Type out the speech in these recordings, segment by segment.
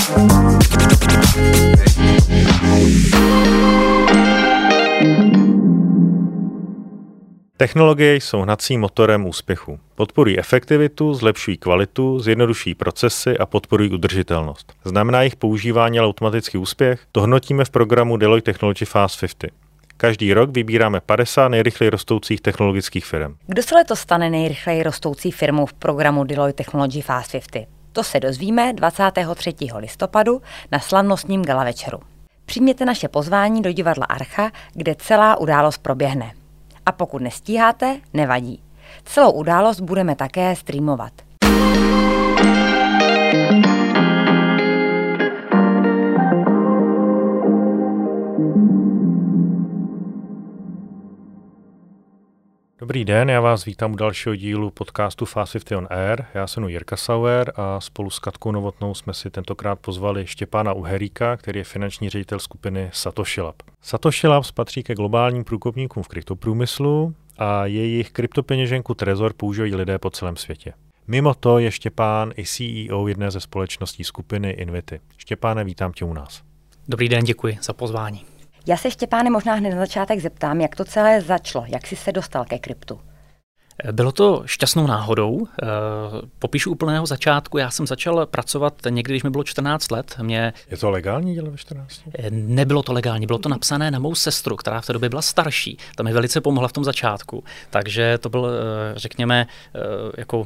Technologie jsou hnacím motorem úspěchu. Podporují efektivitu, zlepšují kvalitu, zjednodušují procesy a podporují udržitelnost. Znamená jejich používání ale automatický úspěch? To hodnotíme v programu Deloitte Technology Fast 50. Každý rok vybíráme 50 nejrychleji rostoucích technologických firm. Kdo se letos stane nejrychleji rostoucí firmou v programu Deloitte Technology Fast 50? To se dozvíme 23. listopadu na slavnostním gala večeru. Přijměte naše pozvání do divadla Archa, kde celá událost proběhne. A pokud nestíháte, nevadí. Celou událost budeme také streamovat. Dobrý den, já vás vítám u dalšího dílu podcastu Fast 50 on Air. Já se jmenuji Jirka Sauer a spolu s Katkou Novotnou jsme si tentokrát pozvali Štěpána Uheríka, který je finanční ředitel skupiny Satoshi Lab. Satoshi Labs patří ke globálním průkopníkům v kryptoprůmyslu a jejich kryptopeněženku Trezor používají lidé po celém světě. Mimo to je Štěpán i CEO jedné ze společností skupiny Invity. Štěpáne, vítám tě u nás. Dobrý den, děkuji za pozvání. Já se, Štěpáne, možná hned na začátek zeptám, jak to celé začalo, jak jsi se dostal ke kryptu? Bylo to šťastnou náhodou. Popíšu úplného začátku. Já jsem začal pracovat někdy, když mi bylo 14 let. Je to legální dělat ve 14? Nebylo to legální, bylo to napsané na mou sestru, která v té době byla starší. Ta mi velice pomohla v tom začátku. Takže to byl, řekněme, jako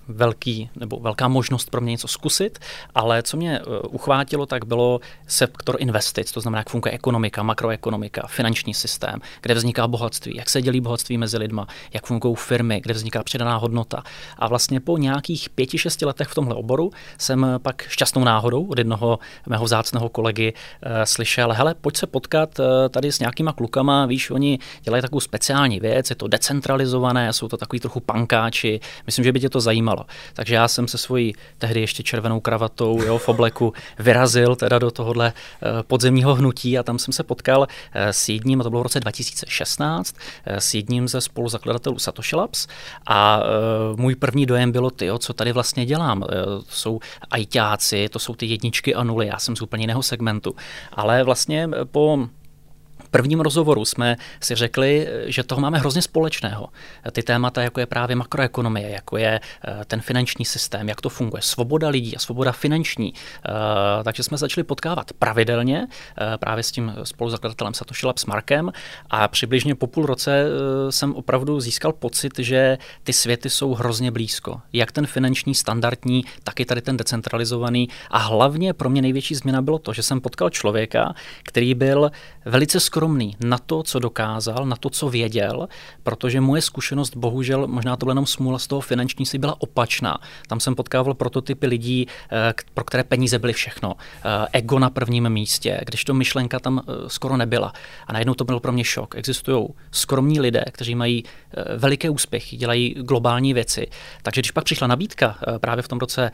velká možnost pro mě něco zkusit, ale co mě uchvátilo, tak bylo sektor investic, to znamená, jak funguje ekonomika, makroekonomika, finanční systém, kde vzniká bohatství, jak se dělí bohatství mezi lidma, jak fungují firmy, kde vzniká přidaná hodnota. A vlastně po nějakých 5-6 letech v tomhle oboru jsem pak šťastnou náhodou od jednoho mého vzácného kolegy slyšel, hele, pojď se potkat tady s nějakýma klukama, víš, oni dělají takovou speciální věc, je to decentralizované, jsou to takový trochu pankáči, myslím, že by tě to zajímalo. Takže já jsem se svojí tehdy ještě červenou kravatou, v obleku vyrazil teda do tohohle podzemního hnutí a tam jsem se potkal s jedním, a to bylo v roce 2016, s jedním ze spoluzakladatelů Satoshi Labs a můj první dojem bylo, co tady vlastně dělám. To jsou ajťáci, to jsou ty jedničky a nuly, já jsem z úplně jiného segmentu. Ale vlastně po prvním rozhovoru jsme si řekli, že toho máme hrozně společného. Ty témata, jako je právě makroekonomie, jako je ten finanční systém, jak to funguje, svoboda lidí a svoboda finanční. Takže jsme začali potkávat pravidelně právě s tím spoluzakladatelem Satoshi Labs Markem a přibližně po půl roce jsem opravdu získal pocit, že ty světy jsou hrozně blízko. Jak ten finanční standardní, tak i tady ten decentralizovaný. A hlavně pro mě největší změna bylo to, že jsem potkal člověka, který byl velice skromný na to, co dokázal, na to, co věděl, protože moje zkušenost, bohužel, možná to byla jenom smůla z toho finančnictví, byla opačná. Tam jsem potkával prototypy lidí, pro které peníze byly všechno. Ego na prvním místě, když to myšlenka tam skoro nebyla. A najednou to byl pro mě šok. Existují skromní lidé, kteří mají veliké úspěchy, dělají globální věci. Takže když pak přišla nabídka právě v tom roce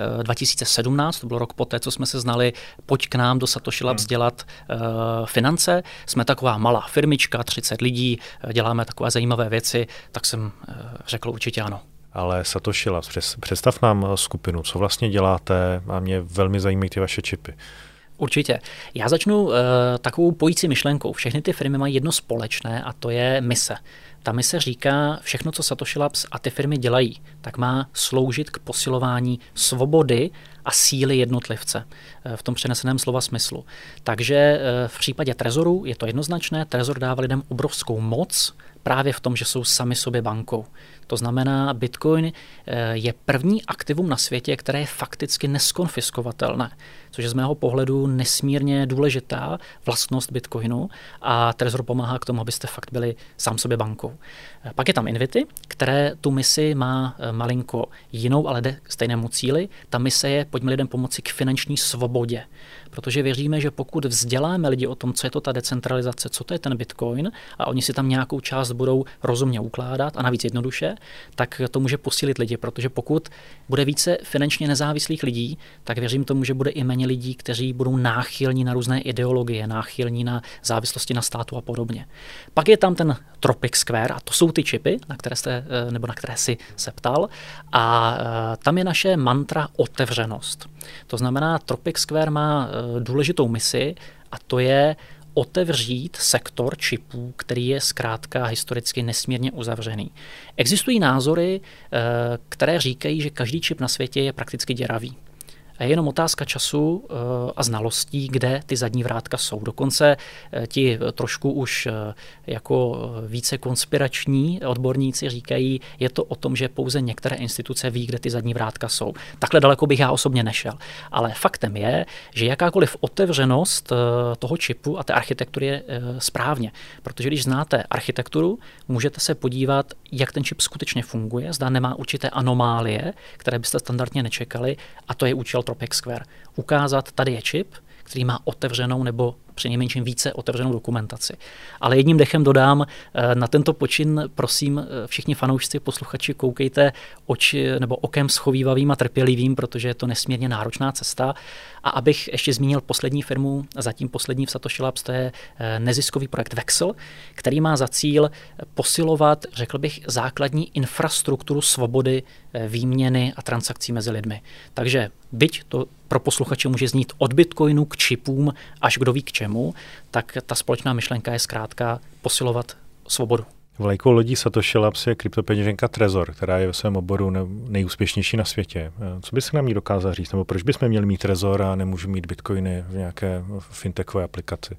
2017, to byl rok poté, co jsme se znali, pojď k nám do Satoshi Labs dělat finance, jsme taková malá firmička, 30 lidí, děláme takové zajímavé věci, tak jsem řekl určitě ano. Ale Satoshi Labs, představ nám skupinu, co vlastně děláte a mě velmi zajímají ty vaše čipy. Určitě. Já začnu takovou pojící myšlenkou. Všechny ty firmy mají jedno společné a to je mise. Ta mise říká, všechno, co Satoshi Labs a ty firmy dělají, tak má sloužit k posilování svobody a síly jednotlivce v tom přeneseném slova smyslu. Takže v případě Trezoru je to jednoznačné. Trezor dává lidem obrovskou moc právě v tom, že jsou sami sobě bankou. To znamená, Bitcoin je první aktivum na světě, které je fakticky neskonfiskovatelné, což je z mého pohledu nesmírně důležitá vlastnost Bitcoinu a Trezor pomáhá k tomu, abyste fakt byli sám sobě bankou. Pak je tam Invity, které tu misi má malinko jinou, ale jde k stejnému cíli. Ta mise je, pojďme lidem pomoci k finanční svobodě. Protože věříme, že pokud vzděláme lidi o tom, co je to ta decentralizace, co to je ten Bitcoin a oni si tam nějakou část budou rozumně ukládat a navíc jednoduše, tak to může posílit lidi, protože pokud bude více finančně nezávislých lidí, tak věřím tomu, že bude i méně lidí, kteří budou náchylní na různé ideologie, náchylní na závislosti na státu a podobně. Pak je tam ten Tropic Square a to jsou ty čipy, na které si se ptal a tam je naše mantra otevřenost. To znamená, Tropic Square má důležitou misi a to je otevřít sektor čipů, který je zkrátka historicky nesmírně uzavřený. Existují názory, které říkají, že každý čip na světě je prakticky děravý. A je jenom otázka času a znalostí, kde ty zadní vrátka jsou. Dokonce ti trošku už jako více konspirační odborníci říkají, je to o tom, že pouze některé instituce ví, kde ty zadní vrátka jsou. Takhle daleko bych já osobně nešel. Ale faktem je, že jakákoliv otevřenost toho čipu a té architektury je správně. Protože když znáte architekturu, můžete se podívat, jak ten čip skutečně funguje, zda nemá určité anomálie, které byste standardně nečekali, a to je účel Tropic Square. Ukázat, tady je čip, který má otevřenou nebo přinejmenším více otevřenou dokumentaci. Ale jedním dechem dodám, na tento počin, prosím, všichni fanoušci, posluchači, koukejte okem schovívavým a trpělivým, protože je to nesmírně náročná cesta. A abych ještě zmínil poslední firmu, zatím poslední v Satoshi Labs, to je neziskový projekt Vexel, který má za cíl posilovat, řekl bych, základní infrastrukturu svobody, výměny a transakcí mezi lidmi. Takže byť to pro posluchače může znít od bitcoinu k čipům až kdo ví k čemu, tak ta společná myšlenka je zkrátka posilovat svobodu. Vlajkou lodí Satoshi Labs je kryptopeněženka Trezor, která je ve svém oboru nejúspěšnější na světě. Co by se nám jí dokázal říct? Nebo proč bychom měli mít Trezor a nemůžeme mít bitcoiny v nějaké fintechové aplikaci?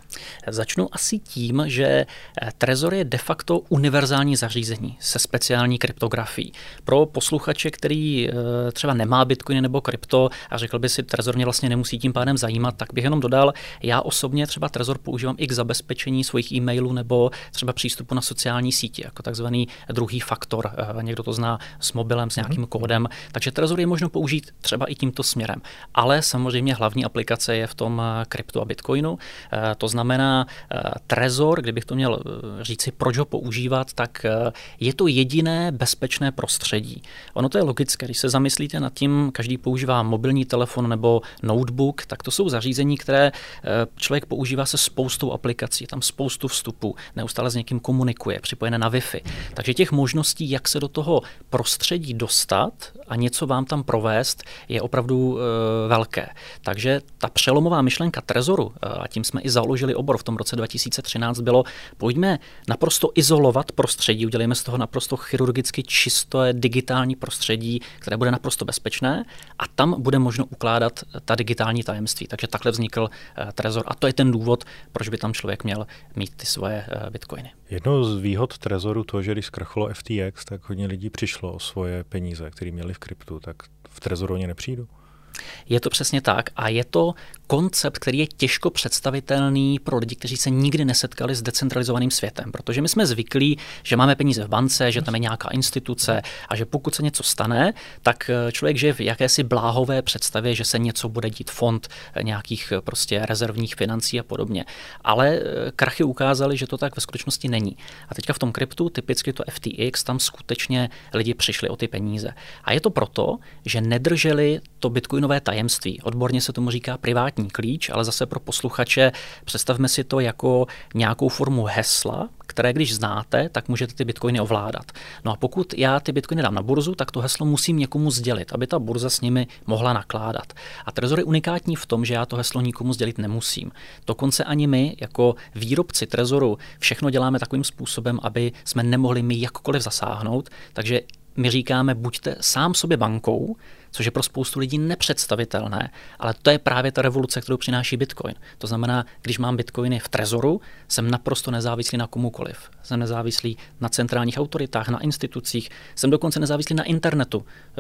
Začnu asi tím, že Trezor je de facto univerzální zařízení se speciální kryptografií. Pro posluchače, který třeba nemá bitcoiny nebo krypto a řekl by si, Trezor mě vlastně nemusí tím pádem zajímat, tak bych jenom dodal, já osobně třeba Trezor používám i k zabezpečení svých e-mailů nebo třeba přístupu na sociální sítě, jako takzvaný druhý faktor. Někdo to zná s mobilem, s nějakým kódem, takže Trezor je možno použít třeba i tímto směrem. Ale samozřejmě hlavní aplikace je v tom krypto a bitcoinu. To znamená Trezor, kdybych to měl říci, proč ho používat, tak je to jediné bezpečné prostředí. Ono to je logické, když se zamyslíte nad tím, každý používá mobilní telefon nebo notebook, tak to jsou zařízení, které člověk používá se spoustou aplikací, tam spoustu vstupů, neustále s někým komunikuje, připojené na Wi-Fi. Takže těch možností, jak se do toho prostředí dostat a něco vám tam provést, je opravdu velké. Takže ta přelomová myšlenka Trezoru, a tím jsme i založili obor v tom roce 2013, bylo, pojďme naprosto izolovat prostředí, udělejme z toho naprosto chirurgicky čisté digitální prostředí, které bude naprosto bezpečné a tam bude možno ukládat ta digitální tajemství. Takže takhle vznikl Trezor a to je ten důvod, proč by tam člověk měl mít ty svoje bitcoiny. Jednou z výhod Trezoru to, že když zkrachlo FTX, tak hodně lidí přišlo o svoje peníze, které měli v kryptu, tak v Trezoru oni nepřijdu. Je to přesně tak a je to koncept, který je těžko představitelný pro lidi, kteří se nikdy nesetkali s decentralizovaným světem, protože my jsme zvyklí, že máme peníze v bance, že tam je nějaká instituce a že pokud se něco stane, tak člověk žije v jakési bláhové představě, že se něco bude dít, fond nějakých prostě rezervních financí a podobně. Ale krachy ukázaly, že to tak ve skutečnosti není. A teďka v tom kryptu, typicky to FTX, tam skutečně lidi přišli o ty peníze. A je to proto, že nedrželi to bitcoinové tajemství. Odborně se tomu říká privátní klíč, ale zase pro posluchače představme si to jako nějakou formu hesla, které když znáte, tak můžete ty bitcoiny ovládat. No a pokud já ty bitcoiny dám na burzu, tak to heslo musím někomu sdělit, aby ta burza s nimi mohla nakládat. A Trezor je unikátní v tom, že já to heslo nikomu sdělit nemusím. Dokonce ani my, jako výrobci Trezoru, všechno děláme takovým způsobem, aby jsme nemohli my jakkoliv zasáhnout, takže my říkáme, buďte sám sobě bankou, což je pro spoustu lidí nepředstavitelné, ale to je právě ta revoluce, kterou přináší Bitcoin. To znamená, když mám Bitcoiny v Trezoru, jsem naprosto nezávislý na komukoliv. Jsem nezávislý na centrálních autoritách, na institucích, jsem dokonce nezávislý na internetu,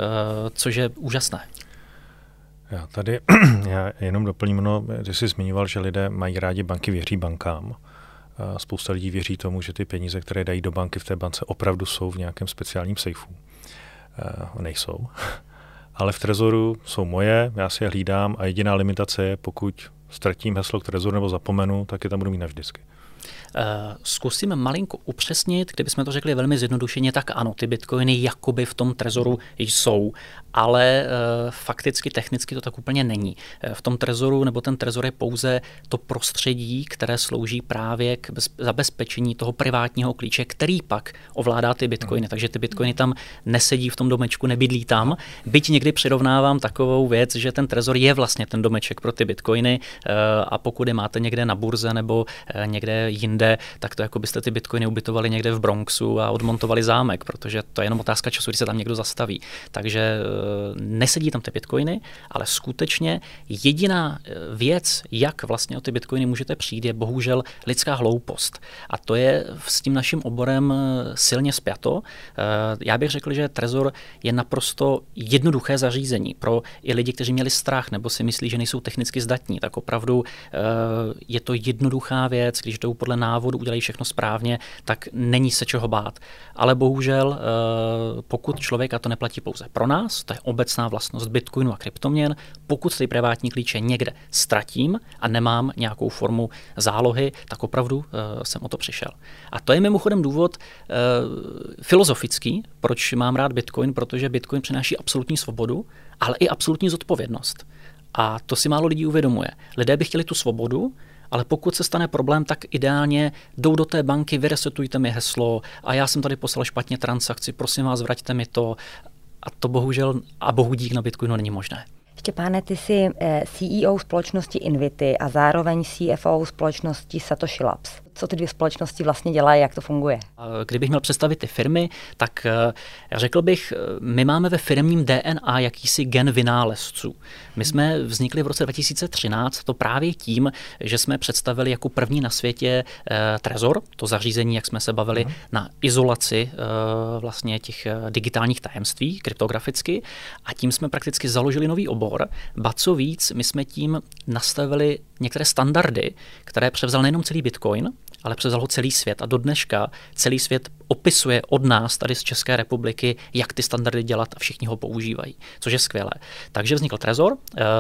což je úžasné. Já jenom doplním, ty jsi zmiňoval, že lidé mají rádi banky, věří bankám. Spousta lidí věří tomu, že ty peníze, které dají do banky v té bance, opravdu jsou v nějakém speciálním sejfu. Nejsou. Ale v Trezoru jsou moje, já si je hlídám a jediná limitace je, pokud ztratím heslo k Trezoru nebo zapomenu, tak je tam budu mít navždycky. Zkusím malinko upřesnit, kdybychom to řekli velmi zjednodušeně, tak ano, ty bitcoiny jakoby v tom trezoru jsou, ale fakticky, technicky to tak úplně není. V tom trezoru, nebo ten trezor je pouze to prostředí, které slouží právě k zabezpečení toho privátního klíče, který pak ovládá ty bitcoiny. Takže ty bitcoiny tam nesedí v tom domečku, nebydlí tam. Byť někdy přirovnávám takovou věc, že ten trezor je vlastně ten domeček pro ty bitcoiny a pokud je máte někde na burze nebo někde jinde, tak to jako byste ty bitcoiny ubytovali někde v Bronxu a odmontovali zámek, protože to je jenom otázka času, kdy se tam někdo zastaví. Takže nesedí tam ty bitcoiny, ale skutečně jediná věc, jak vlastně o ty bitcoiny můžete přijít, je bohužel lidská hloupost. A to je s tím naším oborem silně spjato. Já bych řekl, že trezor je naprosto jednoduché zařízení pro i lidi, kteří měli strach nebo si myslí, že nejsou technicky zdatní. Tak opravdu je to jednoduchá věc, když jdou podle návodu, udělají všechno správně, tak není se čeho bát. Ale bohužel, pokud člověk, a to neplatí pouze pro nás, to je obecná vlastnost bitcoinu a kryptoměn, pokud ty privátní klíče někde ztratím a nemám nějakou formu zálohy, tak opravdu jsem o to přišel. A to je mimochodem důvod filozofický, proč mám rád bitcoin, protože bitcoin přináší absolutní svobodu, ale i absolutní zodpovědnost. A to si málo lidí uvědomuje. Lidé by chtěli tu svobodu, ale pokud se stane problém, tak ideálně jdou do té banky, vyresetujte mi heslo a já jsem tady poslal špatně transakci, prosím vás, vraťte mi to. A to bohužel a bohu dík na Bitcoinu není možné. Štěpáne, ty jsi CEO společnosti Invity a zároveň CFO společnosti Satoshi Labs. Co ty dvě společnosti vlastně dělají, jak to funguje? Kdybych měl představit ty firmy, tak řekl bych, my máme ve firmním DNA jakýsi gen vynálezců. My jsme vznikli v roce 2013, to právě tím, že jsme představili jako první na světě Trezor, to zařízení, jak jsme se bavili, na izolaci vlastně těch digitálních tajemství, kryptograficky, a tím jsme prakticky založili nový obor. Ba co víc, my jsme tím nastavili některé standardy, které převzal nejenom celý Bitcoin, ale převzal ho celý svět. A do dneška celý svět opisuje od nás tady z České republiky, jak ty standardy dělat a všichni ho používají, což je skvělé. Takže vznikl Trezor.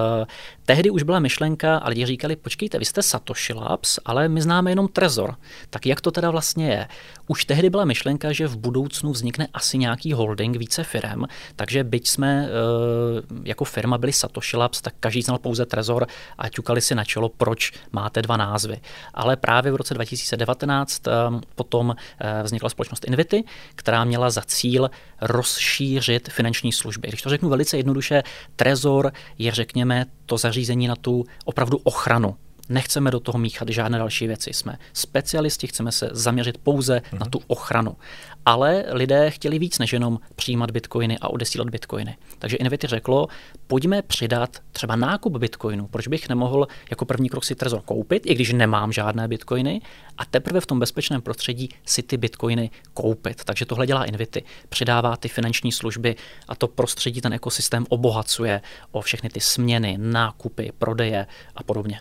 Tehdy už byla myšlenka a lidi říkali, počkejte, vy jste Satoshi Labs, ale my známe jenom Trezor. Tak jak to teda vlastně je? Už tehdy byla myšlenka, že v budoucnu vznikne asi nějaký holding, více firem, takže byť jsme jako firma byli Satoshi Labs, tak každý znal pouze Trezor a ťukali si na čelo, proč máte dva názvy. Ale právě v roce 2019 potom vznikla společnost Invity, která měla za cíl rozšířit finanční služby. Když to řeknu velice jednoduše, Trezor je, řekněme, to zařízení na tu opravdu ochranu. Nechceme do toho míchat žádné další věci. Jsme specialisti, chceme se zaměřit pouze na tu ochranu. Ale lidé chtěli víc než jenom přijímat bitcoiny a odesílat bitcoiny. Takže Invity řeklo, pojďme přidat třeba nákup bitcoinu. Proč bych nemohl jako první krok si Trezor koupit, i když nemám žádné bitcoiny, a teprve v tom bezpečném prostředí si ty bitcoiny koupit. Takže tohle dělá Invity. Přidává ty finanční služby a to prostředí, ten ekosystém obohacuje o všechny ty směny, nákupy, prodeje a podobně.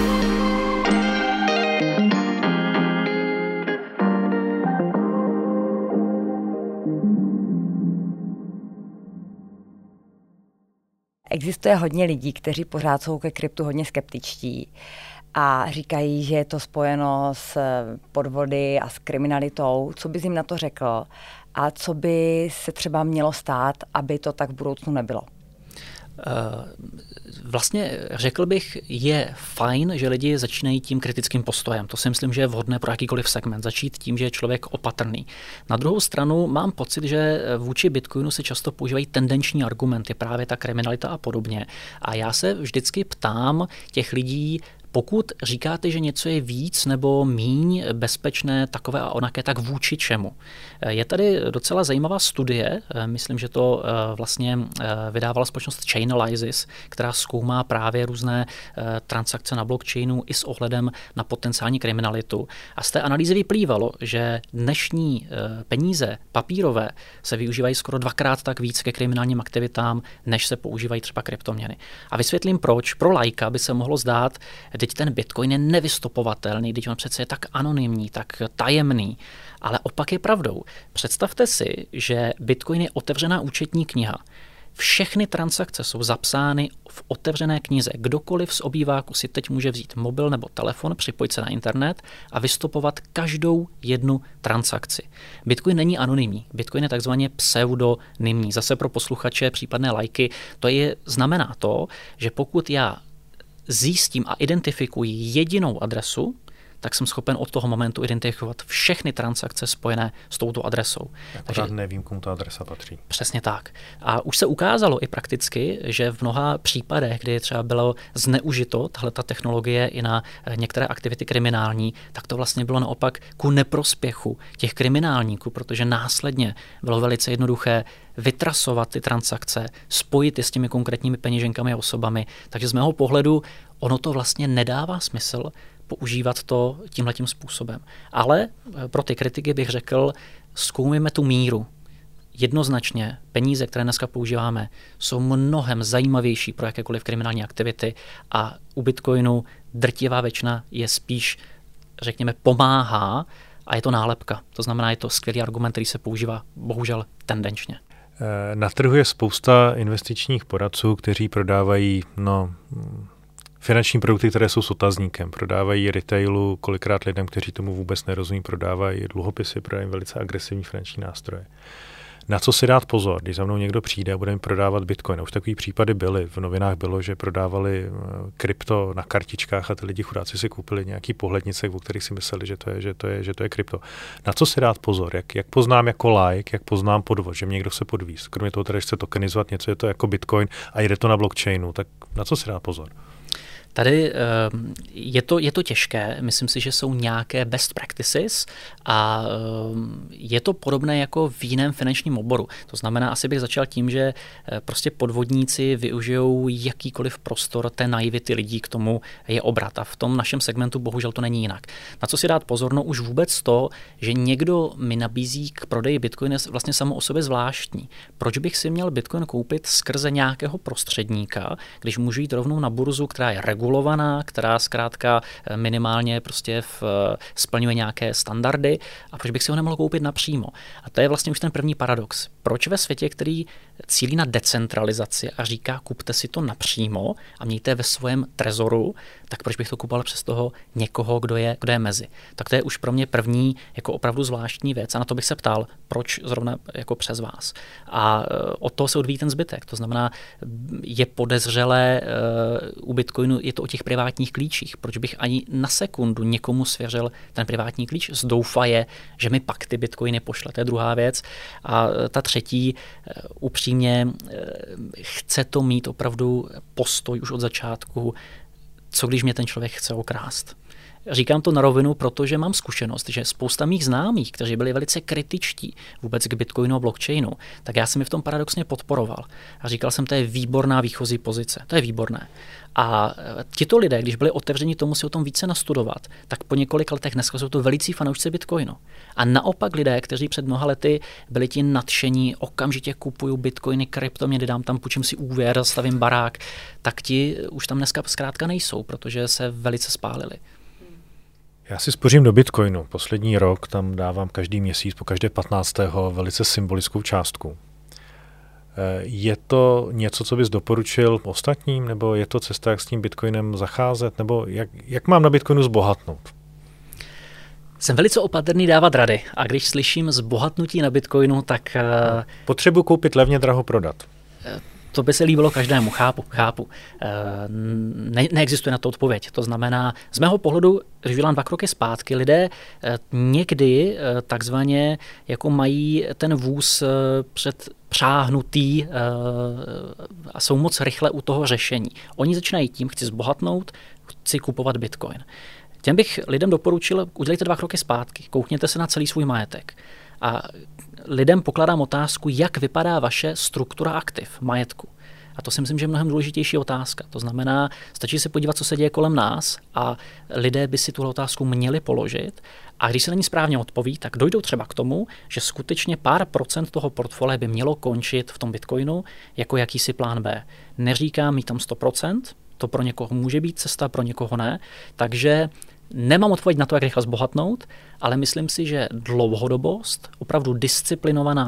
Existuje hodně lidí, kteří pořád jsou ke kryptu hodně skeptičtí a říkají, že je to spojeno s podvody a s kriminalitou. Co bys jim na to řekl a co by se třeba mělo stát, aby to tak v budoucnu nebylo? Vlastně řekl bych, je fajn, že lidi začínají tím kritickým postojem. To si myslím, že je vhodné pro jakýkoliv segment. Začít tím, že je člověk opatrný. Na druhou stranu mám pocit, že vůči Bitcoinu se často používají tendenční argumenty, právě ta kriminalita a podobně. A já se vždycky ptám těch lidí, pokud říkáte, že něco je víc nebo míň bezpečné, takové a onaké, tak vůči čemu? Je tady docela zajímavá studie, myslím, že to vlastně vydávala společnost Chainalysis, která zkoumá právě různé transakce na blockchainu i s ohledem na potenciální kriminalitu. A z té analýzy vyplývalo, že dnešní peníze papírové se využívají skoro 2x tak víc ke kriminálním aktivitám, než se používají třeba kryptoměny. A vysvětlím proč. Pro laika by se mohlo zdát, teď ten Bitcoin je nevystopovatelný, teď on přece je tak anonymní, tak tajemný. Ale opak je pravdou. Představte si, že Bitcoin je otevřená účetní kniha. Všechny transakce jsou zapsány v otevřené knize. Kdokoliv z obýváku si teď může vzít mobil nebo telefon, připojit se na internet a vystopovat každou jednu transakci. Bitcoin není anonymní. Bitcoin je takzvaně pseudonymní. Zase pro posluchače, případné lajky, znamená to, že pokud já zjistím a identifikuji jedinou adresu, tak jsem schopen od toho momentu identifikovat všechny transakce spojené s touto adresou. Takže nevím, komu ta adresa patří. Přesně tak. A už se ukázalo i prakticky, že v mnoha případech, kdy třeba bylo zneužito tahleta technologie i na některé aktivity kriminální, tak to vlastně bylo naopak ku neprospěchu těch kriminálníků, protože následně bylo velice jednoduché vytrasovat ty transakce, spojit je s těmi konkrétními peněženkami a osobami. Takže z mého pohledu ono to vlastně nedává smysl používat to tímhletím způsobem. Ale pro ty kritiky bych řekl, zkoumejme tu míru. Jednoznačně peníze, které dneska používáme, jsou mnohem zajímavější pro jakékoliv kriminální aktivity a u Bitcoinu drtivá většina je spíš, řekněme, pomáhá a je to nálepka. To znamená, je to skvělý argument, který se používá bohužel tendenčně. Na trhu je spousta investičních poradců, kteří prodávají finanční produkty, které jsou s otazníkem. Prodávají retailu, kolikrát lidem, kteří tomu vůbec nerozumí, prodávají dluhopisy, prodávají velice agresivní finanční nástroje. Na co si dát pozor, když za mnou někdo přijde a bude mi prodávat Bitcoin? Už takový případy byly. V novinách bylo, že prodávali krypto na kartičkách a ty lidi chudáci si koupili nějaký pohlednice, o kterých si mysleli, že to je krypto. Na co si dát pozor? Jak poznám jako like, jak poznám podvod, že mě někdo se podvíz? Kromě toho, že chce tokenizovat něco, je to jako Bitcoin a jde to na blockchainu, tak na co si dát pozor? Tady je to těžké, myslím si, že jsou nějaké best practices a je to podobné jako v jiném finančním oboru. To znamená, asi bych začal tím, že prostě podvodníci využijou jakýkoliv prostor té naivity lidí, k tomu je obrat. A v tom našem segmentu bohužel to není jinak. Na co si dát pozor? No už vůbec to, že někdo mi nabízí k prodeji Bitcoin je vlastně samo o sobě zvláštní. Proč bych si měl Bitcoin koupit skrze nějakého prostředníka, když můžu jít rovnou na burzu, která je regulovaná, která zkrátka minimálně prostě splňuje nějaké standardy a proč bych si ho nemohl koupit napřímo. A to je vlastně už ten první paradox. Proč ve světě, který cílí na decentralizaci a říká kupte si to napřímo a mějte ve svém trezoru, tak proč bych to kupoval přes toho někoho, kdo je mezi. Tak to je už pro mě první jako opravdu zvláštní věc a na to bych se ptal, proč zrovna jako přes vás. A od toho se odvíjí ten zbytek. To znamená, je podezřelé u Bitcoinu, je to o těch privátních klíčích. Proč bych ani na sekundu někomu svěřil ten privátní klíč z doufaje, že mi pak ty Bitcoiny pošle. To je druhá věc. A ta třetí, upřímně, chce to mít opravdu postoj už od začátku, co když mě ten člověk chce okrást. Říkám to na rovinu, protože mám zkušenost, že spousta mých známých, kteří byli velice kritičtí vůbec k Bitcoinu a blockchainu, tak já jsem je v tom paradoxně podporoval. A říkal jsem, to je výborná výchozí pozice, to je výborné. A tito lidé, když byli otevřeni tomu si o tom více nastudovat, tak po několika letech dneska jsou to velicí fanoušci Bitcoinu. A naopak lidé, kteří před mnoha lety byli ti nadšení, okamžitě kupuju Bitcoiny, kryptoměny, dám tam, půjčím si úvěr, stavím barák, tak ti už tam dneska zkrátka nejsou, protože se velice spálili. Já si spořím do Bitcoinu. Poslední rok tam dávám každý měsíc, po každé 15. velice symbolickou částku. Je to něco, co bys doporučil ostatním, nebo je to cesta, jak s tím Bitcoinem zacházet, nebo jak mám na Bitcoinu zbohatnout? Jsem velice opatrný dávat rady a když slyším zbohatnutí na Bitcoinu, tak... Potřebuji koupit levně, draho prodat. To by se líbilo každému, chápu. Neexistuje na to odpověď. To znamená, z mého pohledu, když dělám 2 kroky zpátky, lidé někdy takzvaně jako mají ten vůz předpřáhnutý a jsou moc rychle u toho řešení. Oni začínají tím, chci zbohatnout, chci kupovat Bitcoin. Těm bych lidem doporučil, udělejte 2 kroky zpátky, koukněte se na celý svůj majetek. A lidem pokládám otázku, jak vypadá vaše struktura aktiv, majetku. A to si myslím, že je mnohem důležitější otázka. To znamená, stačí se podívat, co se děje kolem nás a lidé by si tuhle otázku měli položit. A když se na ní správně odpoví, tak dojdou třeba k tomu, že skutečně pár procent toho portfolia by mělo končit v tom Bitcoinu jako jakýsi plán B. Neříkám mít tam 100%, to pro někoho může být cesta, pro někoho ne. Takže nemám odpověď na to, jak rychle zbohatnout, ale myslím si, že dlouhodobost, opravdu disciplinovaná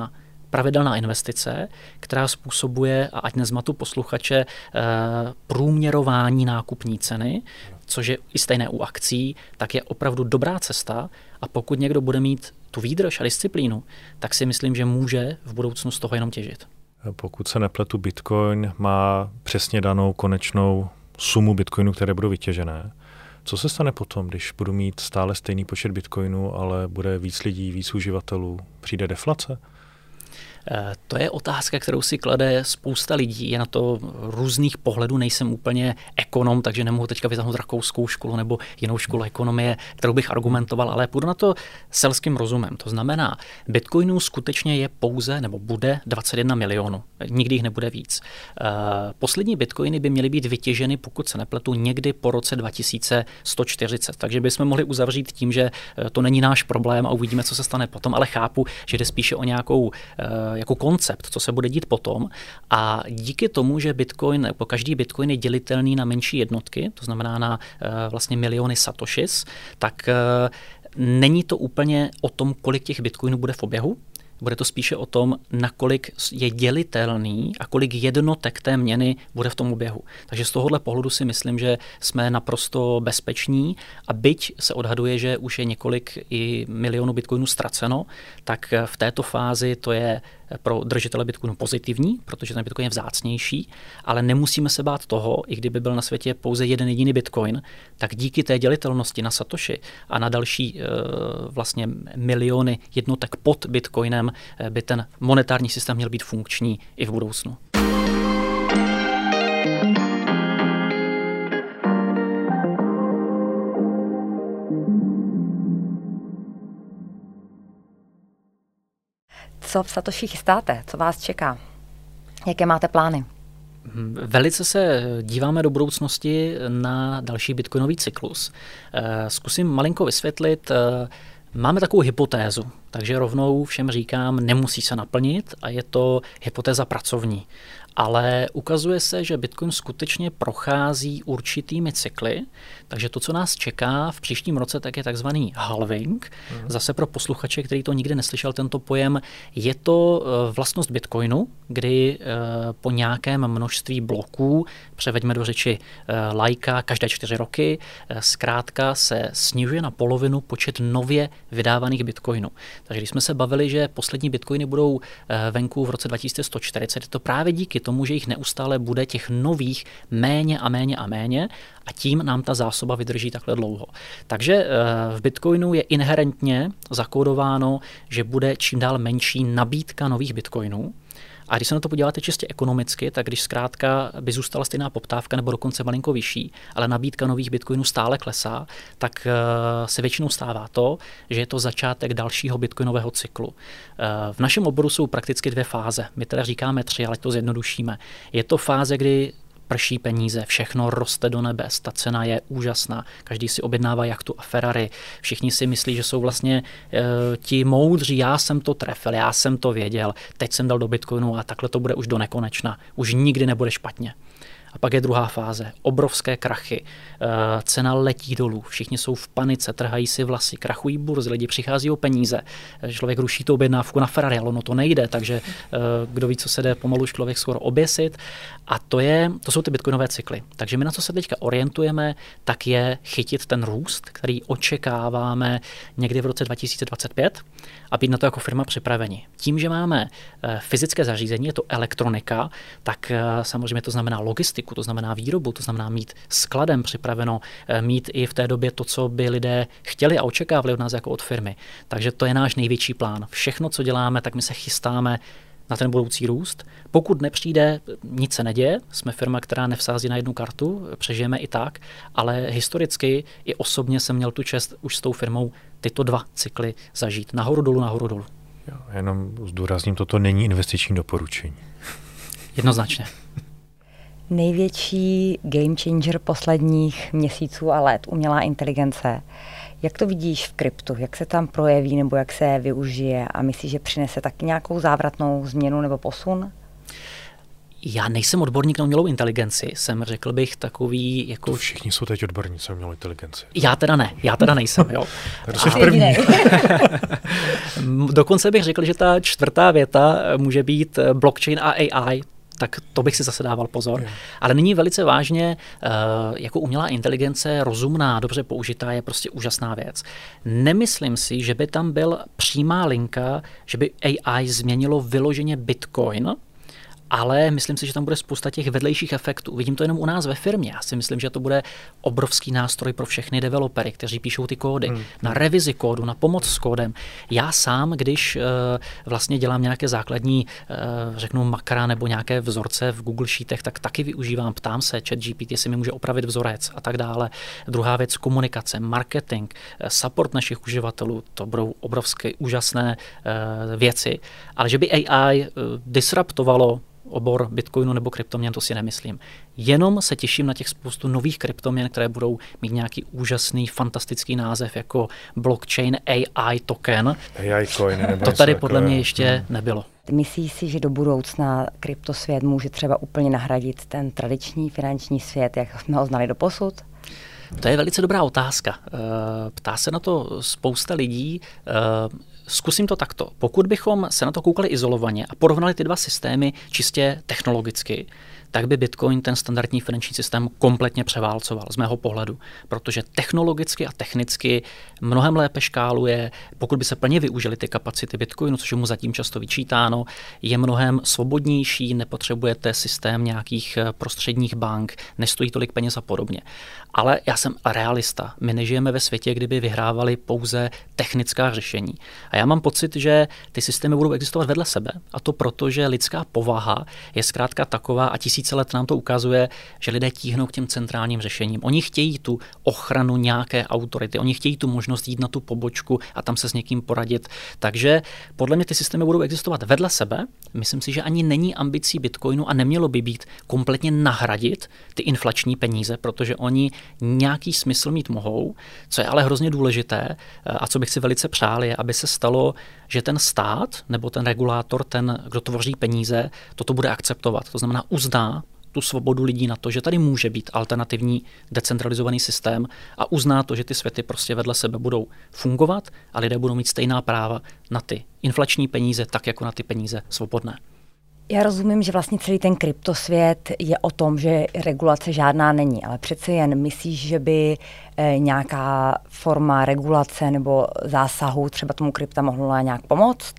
pravidelná investice, která způsobuje, a ať nezmatu posluchače, průměrování nákupní ceny, což je i stejné u akcí, tak je opravdu dobrá cesta a pokud někdo bude mít tu výdrž a disciplínu, tak si myslím, že může v budoucnu z toho jenom těžit. Pokud se nepletu, Bitcoin má přesně danou konečnou sumu Bitcoinu, které budou vytěžené. Co se stane potom, když budu mít stále stejný počet Bitcoinů, ale bude víc lidí, víc uživatelů? Přijde deflace? To je otázka, kterou si klade spousta lidí. Je na to různých pohledů, nejsem úplně ekonom, takže nemohu teďka vytáhnout rakouskou školu nebo jinou školu ekonomie, kterou bych argumentoval, ale půjdu na to selským rozumem. To znamená, Bitcoinů skutečně je pouze, nebo bude 21 milionů. Nikdy jich nebude víc. Poslední Bitcoiny by měly být vytěženy, pokud se nepletu, někdy po roce 2140. Takže bychom mohli uzavřít tím, že to není náš problém a uvidíme, co se stane potom, ale chápu, že jde spíše o nějakou jako koncept, co se bude dít potom. A díky tomu, že Bitcoin, nebo každý Bitcoin je dělitelný na menší jednotky, to znamená na vlastně miliony satoshis, tak není to úplně o tom, kolik těch Bitcoinů bude v oběhu. Bude to spíše o tom, nakolik je dělitelný a kolik jednotek té měny bude v tom oběhu. Takže z tohohle pohledu si myslím, že jsme naprosto bezpeční a byť se odhaduje, že už je několik i milionů bitcoinů ztraceno, tak v této fázi to je pro držitele bitcoinu pozitivní, protože ten bitcoin je vzácnější, ale nemusíme se bát toho, i kdyby byl na světě pouze jeden jediný bitcoin, tak díky té dělitelnosti na satoshi a na další vlastně miliony jednotek pod bitcoinem by ten monetární systém měl být funkční i v budoucnu. Co v Satoshi chystáte? Co vás čeká? Jaké máte plány? Velice se díváme do budoucnosti na další bitcoinový cyklus. Zkusím malinko vysvětlit. Máme takovou hypotézu, takže rovnou všem říkám, nemusí se naplnit a je to hypotéza pracovní. Ale ukazuje se, že Bitcoin skutečně prochází určitými cykly, takže to, co nás čeká v příštím roce, tak je takzvaný halving. Zase pro posluchače, který to nikdy neslyšel, tento pojem, je to vlastnost Bitcoinu, kdy po nějakém množství bloků, převeďme do řeči laika, každé 4 roky, zkrátka se snižuje na polovinu počet nově vydávaných Bitcoinů. Takže když jsme se bavili, že poslední Bitcoiny budou venku v roce 2140, je to právě díky tomu, že jich neustále bude těch nových méně a méně a méně a tím nám ta zásoba vydrží takhle dlouho. Takže v Bitcoinu je inherentně zakódováno, že bude čím dál menší nabídka nových Bitcoinů. A když se na to podíváte čistě ekonomicky, tak když zkrátka by zůstala stejná poptávka nebo dokonce malinko vyšší, ale nabídka nových bitcoinů stále klesá, tak se většinou stává to, že je to začátek dalšího bitcoinového cyklu. V našem oboru jsou prakticky 2 fáze. My teda říkáme 3, ale to zjednodušíme. Je to fáze, kdy prší peníze, všechno roste do nebes, ta cena je úžasná, každý si objednává jachtu a Ferrari, všichni si myslí, že jsou vlastně ti moudří, já jsem to trefil, já jsem to věděl, teď jsem dal do Bitcoinu a takhle to bude už do nekonečna, už nikdy nebude špatně. A pak je druhá fáze, obrovské krachy, cena letí dolů, všichni jsou v panice, trhají si vlasy, krachují burzy, lidi přichází o peníze, člověk ruší tu objednávku na Ferrari, ale ono to nejde, takže kdo ví, co se jde pomalu člověk skoro oběsit. A to jsou ty bitcoinové cykly. Takže my na co se teďka orientujeme, tak je chytit ten růst, který očekáváme někdy v roce 2025 a být na to jako firma připraveni. Tím, že máme fyzické zařízení, je to elektronika, tak samozřejmě to znamená logistiku, to znamená výrobu, to znamená mít skladem připraveno, mít i v té době to, co by lidé chtěli a očekávali od nás jako od firmy. Takže to je náš největší plán. Všechno, co děláme, tak my se chystáme na ten budoucí růst. Pokud nepřijde, nic se neděje, jsme firma, která nevsází na jednu kartu, přežijeme i tak, ale historicky i osobně jsem měl tu čest už s tou firmou tyto 2 cykly zažít. Nahoru dolů, nahoru dolů. Jo, jenom zdůrazním, toto není investiční doporučení. Jednoznačně. Největší game changer posledních měsíců a let, umělá inteligence. Jak to vidíš v kryptu? Jak se tam projeví nebo jak se využije a myslíš, že přinese taky nějakou závratnou změnu nebo posun? Já nejsem odborník na umělou inteligenci, jsem, řekl bych, takový jako... To všichni jsou teď odborníci na umělou inteligenci. Já teda nejsem, jo. To jsi první. Dokonce bych řekl, že ta čtvrtá věta může být blockchain a AI, tak to bych si zase dával pozor. Ale nyní velice vážně, jako umělá inteligence, rozumná, dobře použitá, je prostě úžasná věc. Nemyslím si, že by tam byl přímá linka, že by AI změnilo vyloženě Bitcoin, ale myslím si, že tam bude spousta těch vedlejších efektů. Vidím to jenom u nás ve firmě. Já si myslím, že to bude obrovský nástroj pro všechny developery, kteří píšou ty kódy, na revizi kódu, na pomoc s kódem. Já sám, když vlastně dělám nějaké základní, řeknu makra nebo nějaké vzorce v Google Sheetech, tak taky využívám, ptám se ChatGPT, jestli mi může opravit vzorec a tak dále. Druhá věc, komunikace, marketing, support našich uživatelů, to budou obrovské úžasné věci. Ale že by AI disruptovalo obor Bitcoinu nebo kryptoměn, to si nemyslím. Jenom se těším na těch spoustu nových kryptoměn, které budou mít nějaký úžasný, fantastický název jako blockchain AI token. AI coin, nebo to tady podle mě ještě nebylo. Myslíš si, že do budoucna kryptosvět může třeba úplně nahradit ten tradiční finanční svět, jak jsme ho znali doposud? To je velice dobrá otázka. Ptá se na to spousta lidí. Zkusím to takto. Pokud bychom se na to koukali izolovaně a porovnali ty dva systémy čistě technologicky, tak by Bitcoin ten standardní finanční systém kompletně převálcoval z mého pohledu, protože technologicky a technicky mnohem lépe škáluje, pokud by se plně využily ty kapacity Bitcoinu, což je mu zatím často vyčítáno, je mnohem svobodnější, nepotřebujete systém nějakých prostředních bank, nestojí tolik peněz a podobně. Ale já jsem realista. My nežijeme ve světě, kdyby vyhrávali pouze technická řešení. A já mám pocit, že ty systémy budou existovat vedle sebe, a to proto, že lidská povaha je zkrátka taková a tisíce let nám to ukazuje, že lidé tíhnou k těm centrálním řešením. Oni chtějí tu ochranu nějaké autority, oni chtějí tu možnost jít na tu pobočku a tam se s někým poradit. Takže podle mě ty systémy budou existovat vedle sebe. Myslím si, že ani není ambicí Bitcoinu a nemělo by být kompletně nahradit ty inflační peníze, protože oni nějaký smysl mít mohou. Co je ale hrozně důležité a co bych si velice přál, je, aby se stalo, že ten stát nebo ten regulátor, ten, kdo tvoří peníze, toto bude akceptovat. To znamená uzná tu svobodu lidí na to, že tady může být alternativní decentralizovaný systém a uzná to, že ty světy prostě vedle sebe budou fungovat a lidé budou mít stejná práva na ty inflační peníze, tak jako na ty peníze svobodné. Já rozumím, že vlastně celý ten kryptosvět je o tom, že regulace žádná není, ale přece jen myslíš, že by nějaká forma regulace nebo zásahu třeba tomu krypta mohla nějak pomoct?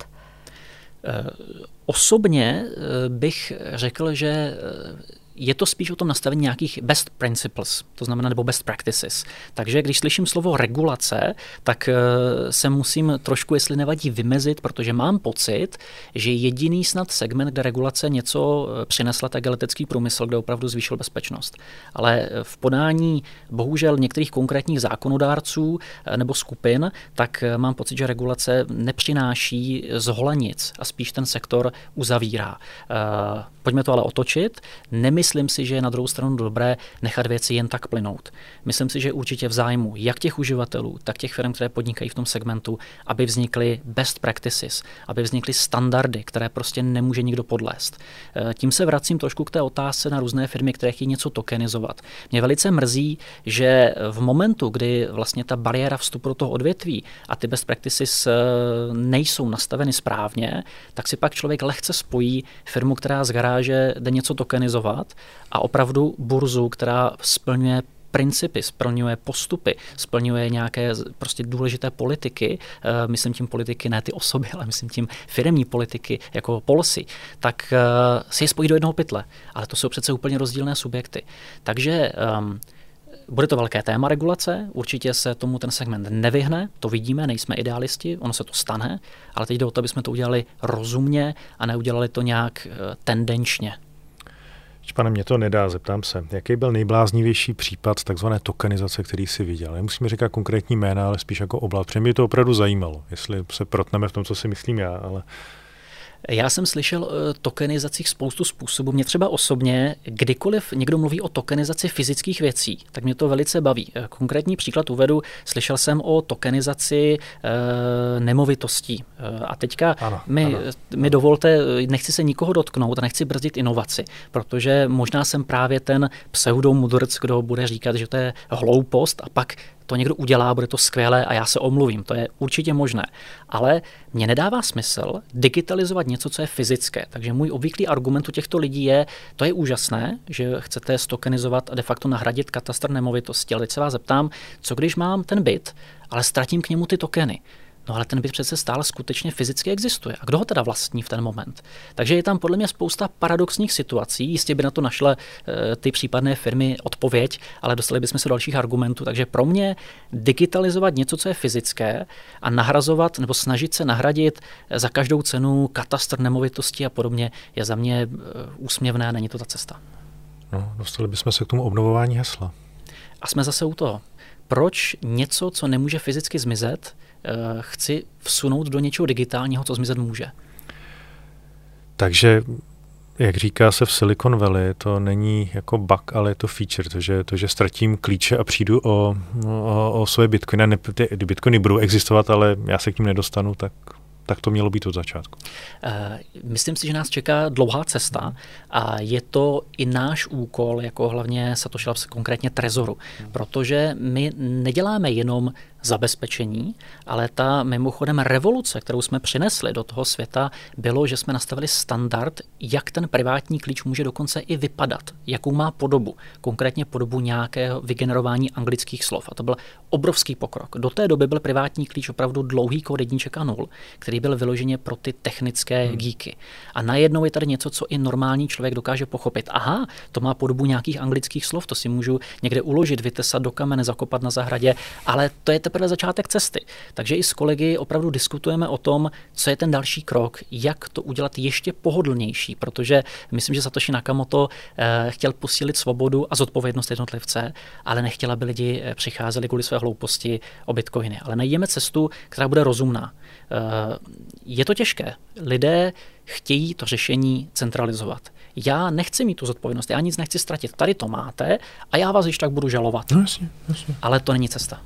Osobně bych řekl, že je to spíš o tom nastavení nějakých best principles, to znamená nebo best practices. Takže když slyším slovo regulace, tak se musím trošku, jestli nevadí, vymezit, protože mám pocit, že jediný snad segment, kde regulace něco přinesla, tak je letecký průmysl, kde opravdu zvýšil bezpečnost. Ale v podání bohužel některých konkrétních zákonodárců nebo skupin, tak mám pocit, že regulace nepřináší z hola nic a spíš ten sektor uzavírá. Pojďme to ale otočit. Nemyslím si, že je na druhou stranu dobré nechat věci jen tak plynout. Myslím si, že určitě v zájmu jak těch uživatelů, tak těch firm, které podnikají v tom segmentu, aby vznikly best practices, aby vznikly standardy, které prostě nemůže nikdo podlézt. Tím se vracím trošku k té otázce na různé firmy, které chtějí něco tokenizovat. Mě velice mrzí, že v momentu, kdy vlastně ta bariéra vstupu do toho odvětví a ty best practices nejsou nastaveny správně, tak si pak člověk lehce spojí firmu, která z garáže jde něco tokenizovat a opravdu burzu, která splňuje principy, splňuje postupy, splňuje nějaké prostě důležité politiky, myslím tím politiky ne ty osoby, ale myslím tím firemní politiky jako policy, tak si je spojí do jednoho pytle. Ale to jsou přece úplně rozdílné subjekty. Takže bude to velké téma regulace, určitě se tomu ten segment nevyhne, to vidíme, nejsme idealisti, ono se to stane, ale teď jde o to, aby jsme to udělali rozumně a neudělali to nějak tendenčně. Pane, mě to nedá, zeptám se. Jaký byl nejbláznivější případ takzvané tokenizace, který jsi viděl? Nemusíme říkat konkrétní jména, ale spíš jako oblast. Protože mě to opravdu zajímalo, jestli se protneme v tom, co si myslím já, ale... Já jsem slyšel tokenizacích spoustu způsobů. Mě třeba osobně, kdykoliv někdo mluví o tokenizaci fyzických věcí, tak mě to velice baví. Konkrétní příklad uvedu, slyšel jsem o tokenizaci nemovitostí. A teďka mi dovolte, nechci se nikoho dotknout a nechci brzdit inovaci, protože možná jsem právě ten pseudomudrc, kdo bude říkat, že to je hloupost a pak to někdo udělá, bude to skvělé a já se omluvím. To je určitě možné. Ale mně nedává smysl digitalizovat něco, co je fyzické. Takže můj obvyklý argument u těchto lidí je, to je úžasné, že chcete stokenizovat a de facto nahradit katastr nemovitosti. Ale teď se vás zeptám, co když mám ten byt, ale ztratím k němu ty tokeny? No ale ten byt přece stále skutečně fyzicky existuje. A kdo ho teda vlastní v ten moment? Takže je tam podle mě spousta paradoxních situací. Jistě by na to našla ty případné firmy odpověď, ale dostali bychom se do dalších argumentů. Takže pro mě digitalizovat něco, co je fyzické a nahrazovat nebo snažit se nahradit za každou cenu katastr nemovitosti a podobně je za mě úsměvné a není to ta cesta. No, dostali bychom se k tomu obnovování hesla. A jsme zase u toho. Proč něco, co nemůže fyzicky zmizet, chci vsunout do něčeho digitálního, co zmizet může? Takže, jak říká se v Silicon Valley, to není jako bug, ale je to feature. To, že ztratím klíče a přijdu o svoje bitcoiny. Ty bitcoiny budou existovat, ale já se k ním nedostanu, tak to mělo být od začátku. Myslím si, že nás čeká dlouhá cesta a je to i náš úkol, jako hlavně Satoshi Labs, konkrétně Trezoru, protože my neděláme jenom zabezpečení, ale ta mimochodem revoluce, kterou jsme přinesli do toho světa, bylo, že jsme nastavili standard, jak ten privátní klíč může dokonce i vypadat, jakou má podobu, konkrétně podobu nějakého vygenerování anglických slov. A to byl obrovský pokrok. Do té doby byl privátní klíč opravdu dlouhý kód jedniček a nul, který byl vyloženě pro ty technické geeky. A najednou je tady něco, co i normální člověk dokáže pochopit. Aha, to má podobu nějakých anglických slov, to si můžu někde uložit, vytesat do kamene, zakopat na zahradě, ale to je teprve začátek cesty. Takže i s kolegy opravdu diskutujeme o tom, co je ten další krok, jak to udělat ještě pohodlnější, protože myslím, že Satoshi Nakamoto chtěl posílit svobodu a zodpovědnost jednotlivce, ale nechtěl, aby lidi přicházeli kvůli své hlouposti o bitcoiny. Ale najdeme cestu, která bude rozumná. Je to těžké. Lidé chtějí to řešení centralizovat. Já nechci mít tu zodpovědnost, já nic nechci ztratit. Tady to máte a já vás již tak budu žalovat. No, jasně. Ale to není cesta.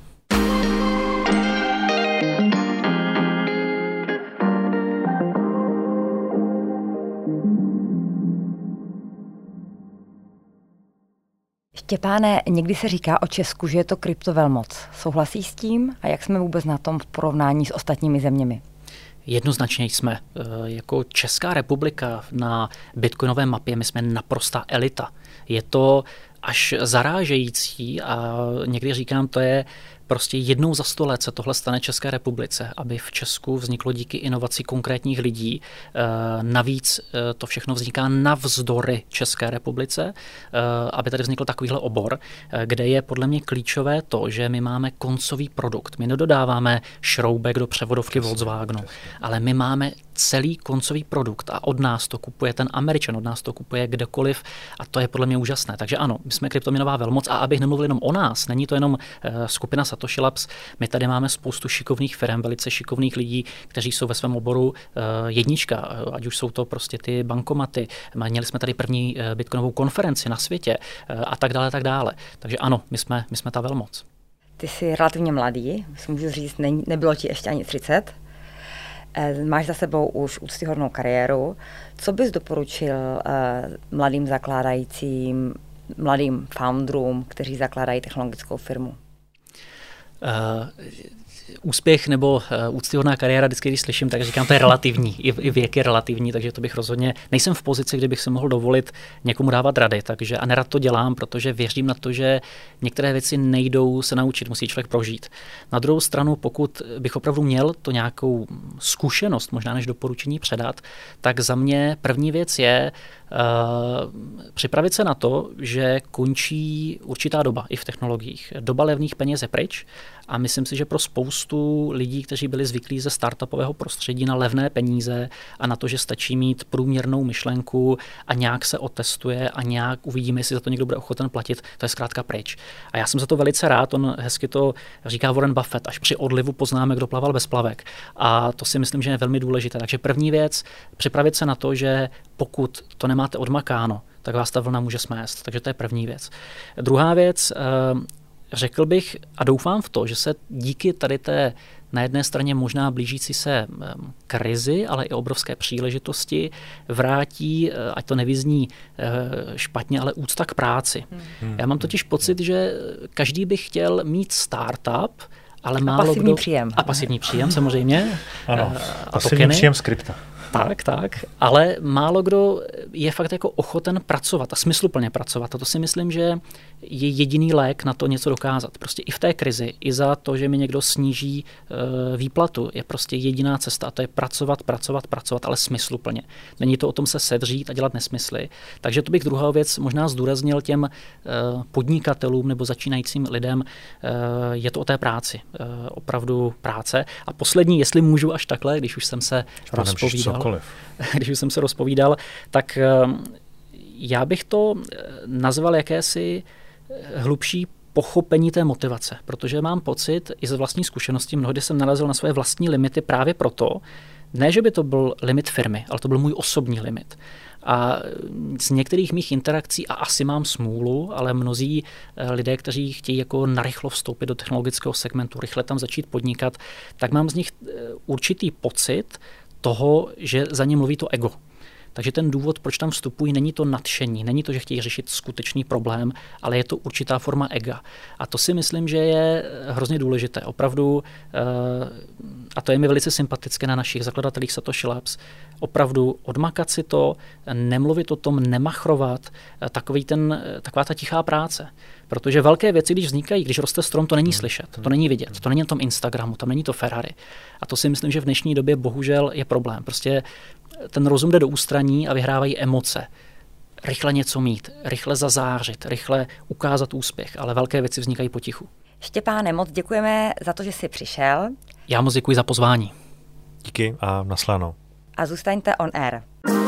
Štěpáne, někdy se říká o Česku, že je to kryptovelmoc. Souhlasí s tím a jak jsme vůbec na tom v porovnání s ostatními zeměmi? Jednoznačně jsme. Jako Česká republika na bitcoinové mapě my jsme naprostá elita. Je to až zarážející a někdy říkám, to je prostě jednou za 100 let se tohle stane České republice, aby v Česku vzniklo díky inovaci konkrétních lidí. Navíc to všechno vzniká navzdory České republice, aby tady vznikl takovýhle obor, kde je podle mě klíčové to, že my máme koncový produkt. My nedodáváme šroubek do převodovky Volkswagenu, ale my máme celý koncový produkt a od nás to kupuje ten Američan, od nás to kupuje kdekoliv a to je podle mě úžasné. Takže ano, my jsme kryptoměnová velmoc a abych nemluvil jenom o nás, není to jenom skupina Satoshi Labs, my tady máme spoustu šikovných firm, velice šikovných lidí, kteří jsou ve svém oboru jednička, ať už jsou to prostě ty bankomaty, měli jsme tady první bitcoinovou konferenci na světě a tak dále, tak dále. Takže ano, my jsme ta velmoc. Ty jsi relativně mladý, můžu říct, nebylo ti ještě ani 30. Máš za sebou už úctyhodnou kariéru. Co bys doporučil mladým zakládajícím, mladým founderům, kteří zakládají technologickou firmu? Úspěch nebo úctyhodná kariéra, vždycky, když slyším, tak říkám, to je relativní. I věk je relativní, takže to bych rozhodně, nejsem v pozici, kde bych si mohl dovolit někomu dávat rady, takže a nerad to dělám, protože věřím na to, že některé věci nejdou se naučit, musí člověk prožít. Na druhou stranu, pokud bych opravdu měl to nějakou zkušenost, možná než doporučení předat, tak za mě první věc je připravit se na to, že končí určitá doba i v technologiích. Doba levných peněz je pryč A myslím si, že pro spoustu lidí, kteří byli zvyklí ze startupového prostředí na levné peníze a na to, že stačí mít průměrnou myšlenku a nějak se otestuje a nějak uvidíme, jestli za to někdo bude ochoten platit, to je zkrátka pryč. A já jsem za to velice rád, on hezky to říká Warren Buffett, až při odlivu poznáme, kdo plaval bez plavek. A to si myslím, že je velmi důležité. Takže první věc, připravit se na to, že pokud to nemáte odmakáno, tak vás ta vlna může smést. Takže to je první věc. Druhá věc, řekl bych a doufám v to, že se díky tady té na jedné straně možná blížící se krizi, ale i obrovské příležitosti vrátí, ať to nevyzní špatně, ale úcta k práci. Já mám totiž pocit, že každý by chtěl mít startup, ale málo pasivní kdo... příjem. A pasivní příjem samozřejmě. Ano, pasivní příjem z krypta. Tak, ale málo kdo je fakt jako ochoten pracovat a smysluplně pracovat. A to si myslím, že je jediný lék na to něco dokázat. Prostě i v té krizi, i za to, že mi někdo sníží výplatu, je prostě jediná cesta a to je pracovat, ale smysluplně. Není to o tom se sedřít a dělat nesmysly. Takže to bych druhá věc možná zdůraznil těm podnikatelům nebo začínajícím lidem, je to o té práci. Opravdu práce. A poslední, jestli můžu až takhle, když už jsem se rozpovídal, tak já bych to nazval jakési hlubší pochopení té motivace, protože mám pocit i ze vlastní zkušenosti, mnohdy jsem narazil na své vlastní limity právě proto, ne, že by to byl limit firmy, ale to byl můj osobní limit. A z některých mých interakcí, a asi mám smůlu, ale mnozí lidé, kteří chtějí jako narychlo vstoupit do technologického segmentu, rychle tam začít podnikat, tak mám z nich určitý pocit toho, že za ně mluví to ego. Takže ten důvod, proč tam vstupují, není to nadšení, není to, že chtějí řešit skutečný problém, ale je to určitá forma ega. A to si myslím, že je hrozně důležité. Opravdu, a to je mi velice sympatické na našich zakladatelích Satoshi Labs, opravdu odmakat si to, nemluvit o tom, nemachrovat, taková ta tichá práce. Protože velké věci, když vznikají, když roste strom, to není slyšet, to není vidět, to není na tom Instagramu, tam není to Ferrari. A to si myslím, že v dnešní době bohužel je problém. Prostě ten rozum jde do ústraní a vyhrávají emoce. Rychle něco mít, rychle zazářit, rychle ukázat úspěch, ale velké věci vznikají potichu. Štěpáne, moc děkujeme za to, že jsi přišel. Já moc děkuji za pozvání. Díky a naslyšenou. A zůstaňte on air.